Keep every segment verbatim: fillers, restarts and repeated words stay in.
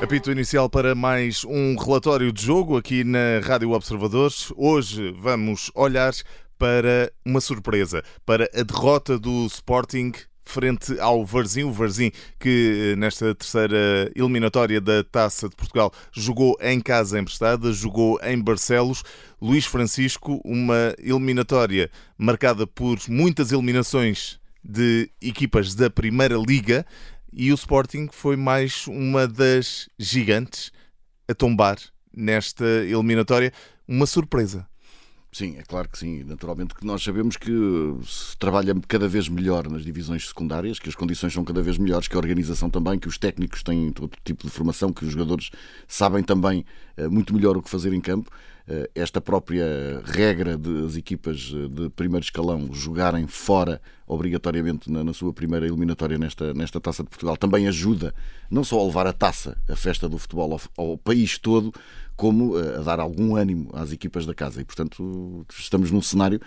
Apito inicial para mais um relatório de jogo aqui na Rádio Observadores. Hoje vamos olhar para uma surpresa, para a derrota do Sporting frente ao Varzim. O Varzim que nesta terceira eliminatória da Taça de Portugal jogou em casa emprestada, jogou em Barcelos. Luís Francisco, uma eliminatória marcada por muitas eliminações de equipas da Primeira Liga, e o Sporting foi mais uma das gigantes a tombar nesta eliminatória. Uma surpresa. Sim, é claro que sim. Naturalmente que nós sabemos que se trabalha cada vez melhor nas divisões secundárias, que as condições são cada vez melhores, que a organização também, que os técnicos têm todo tipo de formação, que os jogadores sabem também muito melhor o que fazer em campo. Esta própria regra das equipas de primeiro escalão jogarem fora obrigatoriamente na, na sua primeira eliminatória nesta, nesta Taça de Portugal também ajuda não só a levar a taça, a festa do futebol ao, ao país todo, como a dar algum ânimo às equipas da casa. E, portanto, estamos num cenário,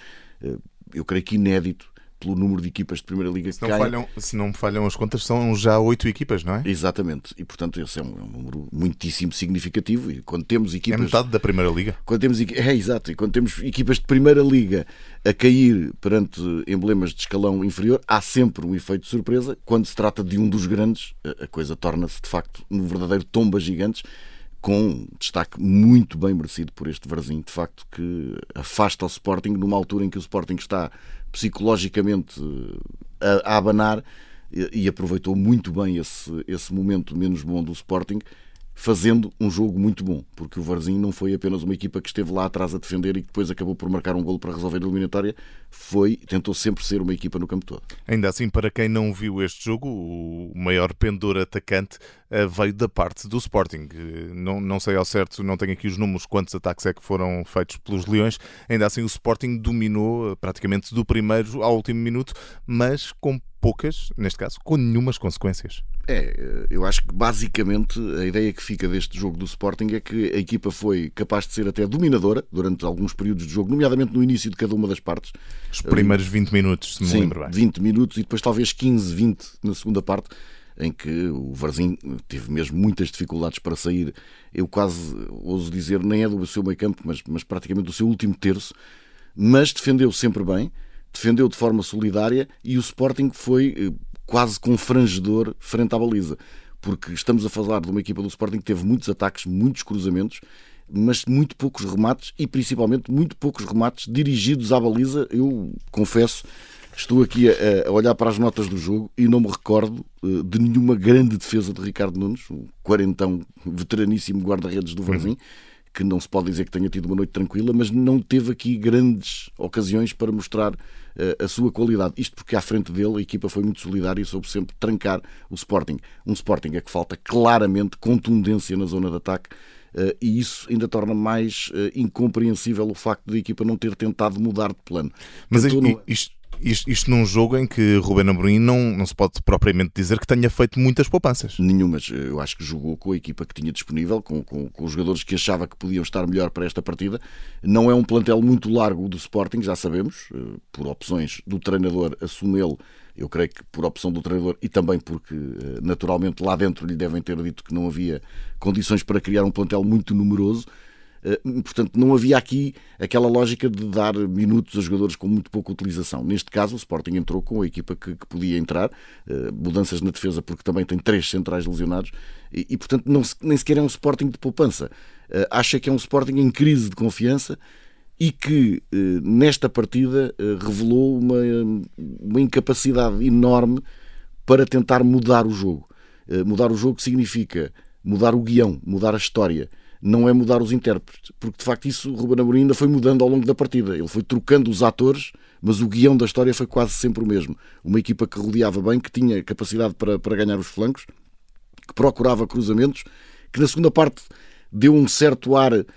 eu creio que inédito, pelo número de equipas de Primeira Liga que se não, caem. falham, se não me falham as contas, são já oito equipas, não é? Exatamente. E, portanto, esse é um, é um número muitíssimo significativo. E quando temos equipas... É metade da Primeira Liga. Quando temos, é, exato. E quando temos equipas de Primeira Liga a cair perante emblemas de escalão inferior, há sempre um efeito de surpresa. Quando se trata de um dos grandes, a coisa torna-se, de facto, um verdadeiro tomba gigantes, com um destaque muito bem merecido por este Varzim, de facto, que afasta o Sporting numa altura em que o Sporting está psicologicamente a, a abanar, e, e aproveitou muito bem esse, esse momento menos bom do Sporting, fazendo um jogo muito bom, porque o Varzim não foi apenas uma equipa que esteve lá atrás a defender e que depois acabou por marcar um golo para resolver a eliminatória, foi, tentou sempre ser uma equipa no campo todo. Ainda assim, para quem não viu este jogo, o maior pendor atacante veio da parte do Sporting. Não, não sei ao certo, não tenho aqui os números, quantos ataques é que foram feitos pelos Leões. Ainda assim, o Sporting dominou praticamente do primeiro ao último minuto, mas com poucas, neste caso, com nenhumas consequências. É, eu acho que basicamente a ideia que fica deste jogo do Sporting é que a equipa foi capaz de ser até dominadora durante alguns períodos de jogo, nomeadamente no início de cada uma das partes. Os primeiros vinte minutos, se me Sim, lembro bem. vinte minutos e depois talvez quinze, vinte na segunda parte, em que o Varzim teve mesmo muitas dificuldades para sair. Eu quase ouso dizer, nem é do seu meio campo, mas, mas praticamente do seu último terço, mas defendeu sempre bem, defendeu de forma solidária, e o Sporting foi quase confrangedor frente à baliza, porque estamos a falar de uma equipa do Sporting que teve muitos ataques, muitos cruzamentos, mas muito poucos remates, e principalmente muito poucos remates dirigidos à baliza. Eu confesso, estou aqui a, a olhar para as notas do jogo e não me recordo uh, de nenhuma grande defesa de Ricardo Nunes, o quarentão veteraníssimo guarda-redes do Varzim, que não se pode dizer que tenha tido uma noite tranquila, mas não teve aqui grandes ocasiões para mostrar uh, a sua qualidade. Isto porque à frente dele a equipa foi muito solidária e soube sempre trancar o Sporting. Um Sporting a que falta claramente contundência na zona de ataque, uh, e isso ainda torna mais uh, incompreensível o facto de a equipa não ter tentado mudar de plano. Mas Tentou, isto, isto, isto, isto num jogo em que Ruben Amorim não, não se pode propriamente dizer que tenha feito muitas poupanças. Nenhumas. Eu acho que jogou com a equipa que tinha disponível, com, com, com os jogadores que achava que podiam estar melhor para esta partida. Não é um plantel muito largo do Sporting, já sabemos, por opções do treinador, assume ele, eu creio que por opção do treinador, e também porque naturalmente lá dentro lhe devem ter dito que não havia condições para criar um plantel muito numeroso. Portanto, não havia aqui aquela lógica de dar minutos a jogadores com muito pouca utilização. Neste caso, o Sporting entrou com a equipa que, que podia entrar, uh, mudanças na defesa porque também tem três centrais lesionados, e, e portanto não, nem sequer é um Sporting de poupança. Uh, acha que é um Sporting em crise de confiança e que uh, nesta partida uh, revelou uma, uma incapacidade enorme para tentar mudar o jogo. Uh, mudar o jogo significa mudar o guião, mudar a história. Não é mudar os intérpretes, porque de facto isso o Ruben Amorim ainda foi mudando ao longo da partida. Ele foi trocando os atores, mas o guião da história foi quase sempre o mesmo. Uma equipa que rodeava bem, que tinha capacidade para, para ganhar os flancos, que procurava cruzamentos, que na segunda parte deu um certo ar uh,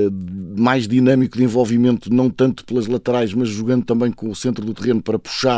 mais dinâmico de envolvimento, não tanto pelas laterais, mas jogando também com o centro do terreno para puxar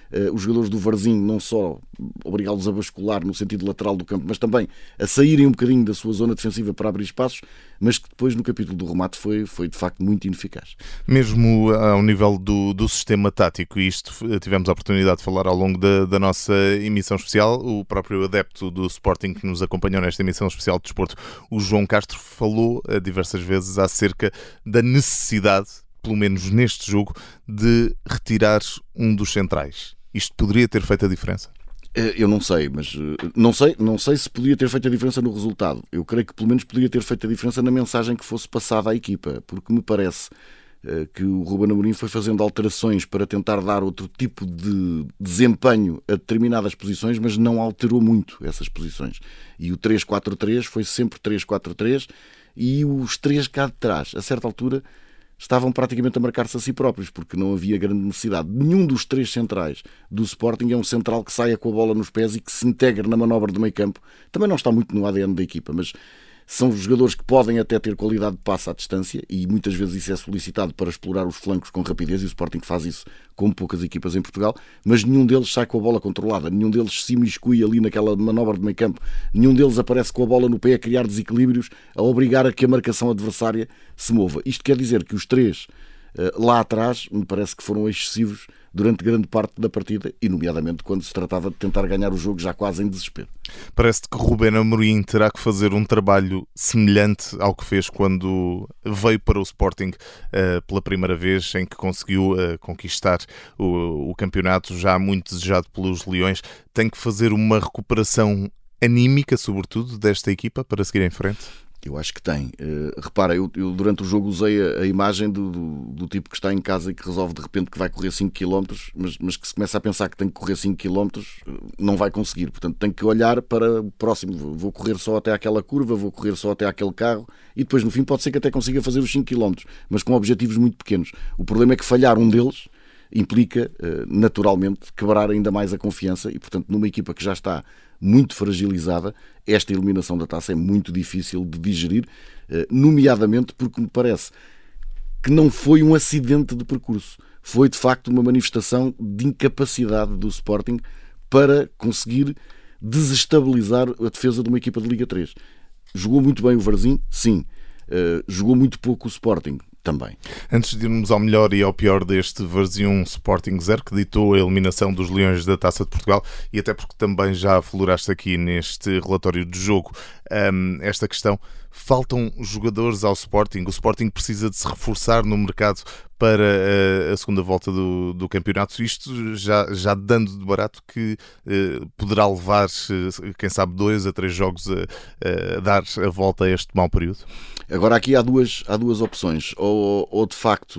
uh, os jogadores do Varzim não só obrigá-los a bascular no sentido lateral do campo, mas também a saírem um bocadinho da sua zona defensiva para abrir espaços, mas que depois no capítulo do remate foi, foi de facto muito ineficaz. Mesmo ao nível do, do sistema tático, e isto tivemos a oportunidade de falar ao longo da, da nossa emissão especial, o próprio adepto do Sporting que nos acompanhou nesta emissão especial de desporto, o João Castro, falou diversas vezes acerca da necessidade, pelo menos neste jogo, de retirar um dos centrais. Isto poderia ter feito a diferença? Eu não sei, mas não sei, não sei se podia ter feito a diferença no resultado. Eu creio que pelo menos podia ter feito a diferença na mensagem que fosse passada à equipa, porque me parece que o Ruben Amorim foi fazendo alterações para tentar dar outro tipo de desempenho a determinadas posições, mas não alterou muito essas posições. E o três quatro três foi sempre três quatro três e os três cá de trás, a certa altura, estavam praticamente a marcar-se a si próprios, porque não havia grande necessidade. Nenhum dos três centrais do Sporting é um central que saia com a bola nos pés e que se integre na manobra do meio campo. Também não está muito no A D N da equipa, mas são jogadores que podem até ter qualidade de passe à distância e muitas vezes isso é solicitado para explorar os flancos com rapidez, e o Sporting faz isso com poucas equipas em Portugal, mas nenhum deles sai com a bola controlada, nenhum deles se imiscui ali naquela manobra de meio campo, nenhum deles aparece com a bola no pé a criar desequilíbrios, a obrigar a que a marcação adversária se mova. Isto quer dizer que os três lá atrás me parece que foram excessivos durante grande parte da partida, e nomeadamente quando se tratava de tentar ganhar o jogo já quase em desespero. Parece-te que Ruben Amorim terá que fazer um trabalho semelhante ao que fez quando veio para o Sporting uh, pela primeira vez, em que conseguiu uh, conquistar o, o campeonato já muito desejado pelos Leões. Tem que fazer uma recuperação anímica, sobretudo, desta equipa para seguir em frente? Eu acho que tem. Uh, repara, eu, eu durante o jogo usei a, a imagem do, do, do tipo que está em casa e que resolve de repente que vai correr cinco quilómetros, mas, mas que se começa a pensar que tem que correr cinco quilómetros, não vai conseguir. Portanto, tem que olhar para o próximo. Vou correr só até aquela curva, vou correr só até aquele carro, e depois no fim pode ser que até consiga fazer os cinco quilómetros, mas com objetivos muito pequenos. O problema é que falhar um deles implica, naturalmente, quebrar ainda mais a confiança e, portanto, numa equipa que já está muito fragilizada, esta eliminação da taça é muito difícil de digerir, nomeadamente porque me parece que não foi um acidente de percurso, foi de facto uma manifestação de incapacidade do Sporting para conseguir desestabilizar a defesa de uma equipa de Liga três. Jogou muito bem o Varzim? Sim. Jogou muito pouco o Sporting? Também. Antes de irmos ao melhor e ao pior deste Varzim um Sporting zero, que ditou a eliminação dos Leões da Taça de Portugal, e até porque também já afloraste aqui neste relatório de jogo um, esta questão, faltam jogadores ao Sporting? O Sporting precisa de se reforçar no mercado para a, a segunda volta do, do campeonato, isto já, já dando de barato que uh, poderá levar, quem sabe, dois a três jogos a, a dar a volta a este mau período? Agora aqui há duas, há duas opções, ou, ou de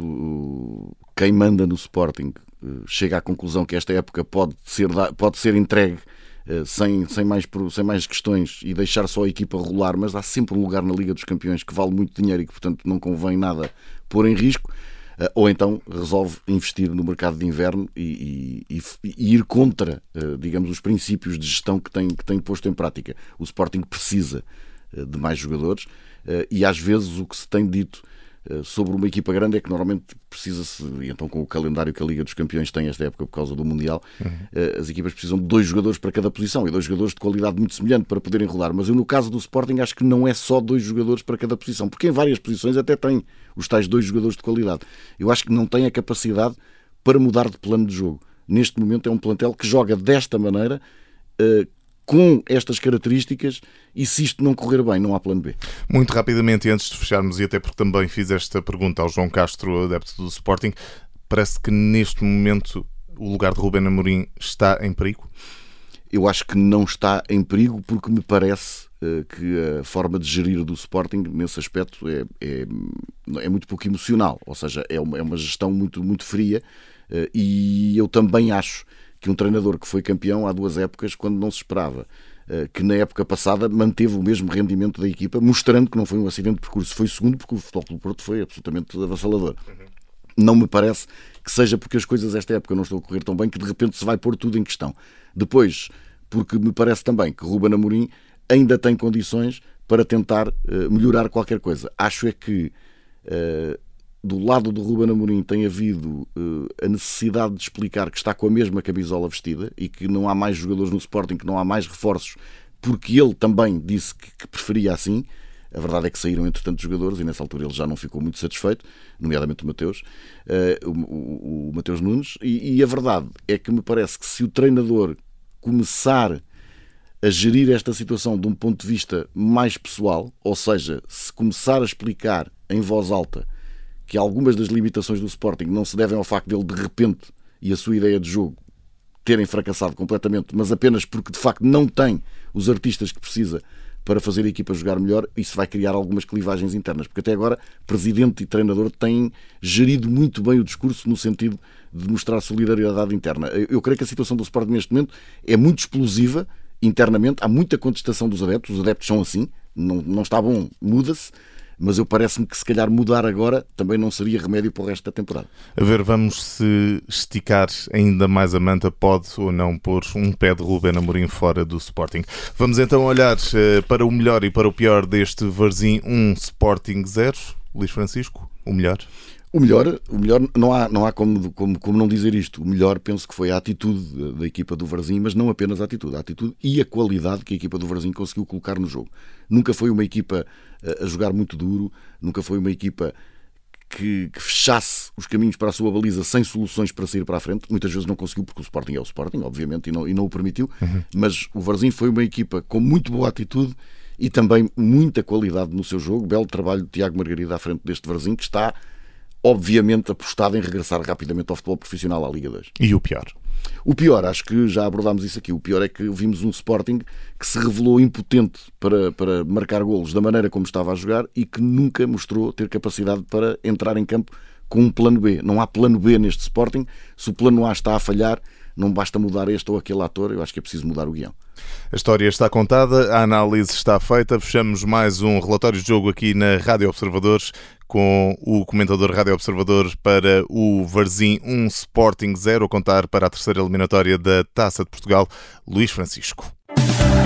facto quem manda no Sporting chega à conclusão que esta época pode ser, pode ser entregue sem, sem, mais, sem mais questões e deixar só a equipa rolar, mas há sempre um lugar na Liga dos Campeões que vale muito dinheiro e que portanto não convém nada pôr em risco, ou então resolve investir no mercado de inverno e, e, e ir contra, digamos, os princípios de gestão que tem, que tem posto em prática. O Sporting precisa de mais jogadores, e às vezes o que se tem dito sobre uma equipa grande é que normalmente precisa-se, e então com o calendário que a Liga dos Campeões tem esta época por causa do Mundial, uhum. as equipas precisam de dois jogadores para cada posição e dois jogadores de qualidade muito semelhante para poderem rolar, mas eu no caso do Sporting acho que não é só dois jogadores para cada posição, porque em várias posições até tem os tais dois jogadores de qualidade. Eu acho que não tem a capacidade para mudar de plano de jogo. Neste momento é um plantel que joga desta maneira, uh, com estas características, e se isto não correr bem, não há plano B. Muito rapidamente, e antes de fecharmos, e até porque também fiz esta pergunta ao João Castro, adepto do Sporting, parece que neste momento o lugar de Ruben Amorim está em perigo? Eu acho que não está em perigo, porque me parece uh, que a forma de gerir do Sporting nesse aspecto é, é, é muito pouco emocional, ou seja, é uma, é uma gestão muito, muito fria, uh, e eu também acho que um treinador que foi campeão há duas épocas, quando não se esperava, que na época passada manteve o mesmo rendimento da equipa, mostrando que não foi um acidente de percurso, foi segundo, porque o Futebol Clube do Porto foi absolutamente avassalador. Uhum. Não me parece que seja porque as coisas esta época não estão a correr tão bem que de repente se vai pôr tudo em questão. Depois, porque me parece também que Ruben Amorim ainda tem condições para tentar uh, melhorar qualquer coisa. Acho é que uh, do lado do Ruben Amorim tem havido uh, a necessidade de explicar que está com a mesma camisola vestida e que não há mais jogadores no Sporting, que não há mais reforços, porque ele também disse que, que preferia assim. A verdade é que saíram entretanto jogadores e nessa altura ele já não ficou muito satisfeito, nomeadamente o Mateus, uh, o, o, o Mateus Nunes, e, e a verdade é que me parece que se o treinador começar a gerir esta situação de um ponto de vista mais pessoal, ou seja, se começar a explicar em voz alta que algumas das limitações do Sporting não se devem ao facto dele de repente e a sua ideia de jogo terem fracassado completamente, mas apenas porque de facto não tem os artistas que precisa para fazer a equipa jogar melhor, isso vai criar algumas clivagens internas, porque até agora presidente e treinador têm gerido muito bem o discurso no sentido de mostrar solidariedade interna. Eu creio que a situação do Sporting neste momento é muito explosiva internamente, há muita contestação dos adeptos, os adeptos são assim, não, não está bom, muda-se, mas eu parece-me que se calhar mudar agora também não seria remédio para o resto da temporada. A ver, vamos se esticar ainda mais a manta, pode ou não pôr um pé de Ruben Amorim fora do Sporting. Vamos então olhar uh, para o melhor e para o pior deste Varzim um Sporting zero. Luís Francisco, o melhor? O melhor, o melhor não há, não há como, como, como não dizer isto. O melhor penso que foi a atitude da equipa do Varzim, mas não apenas a atitude, a atitude e a qualidade que a equipa do Varzim conseguiu colocar no jogo. Nunca foi uma equipa a jogar muito duro, nunca foi uma equipa que, que fechasse os caminhos para a sua baliza sem soluções para sair para a frente. Muitas vezes não conseguiu, porque o Sporting é o Sporting, obviamente, e não, e não o permitiu, uhum. Mas o Varzim foi uma equipa com muito boa atitude e também muita qualidade no seu jogo. Belo trabalho de Tiago Margarida à frente deste Varzim, que está obviamente apostado em regressar rapidamente ao futebol profissional à Liga dois. E o pior? O pior, acho que já abordámos isso aqui, o pior é que vimos um Sporting que se revelou impotente para, para marcar golos da maneira como estava a jogar e que nunca mostrou ter capacidade para entrar em campo com um plano B. Não há plano B neste Sporting. Se o plano A está a falhar, não basta mudar este ou aquele ator, eu acho que é preciso mudar o guião. A história está contada, a análise está feita. Fechamos mais um relatório de jogo aqui na Rádio Observadores com o comentador Rádio Observador para o Varzim um Sporting zero, a contar para a terceira eliminatória da Taça de Portugal, Luís Francisco.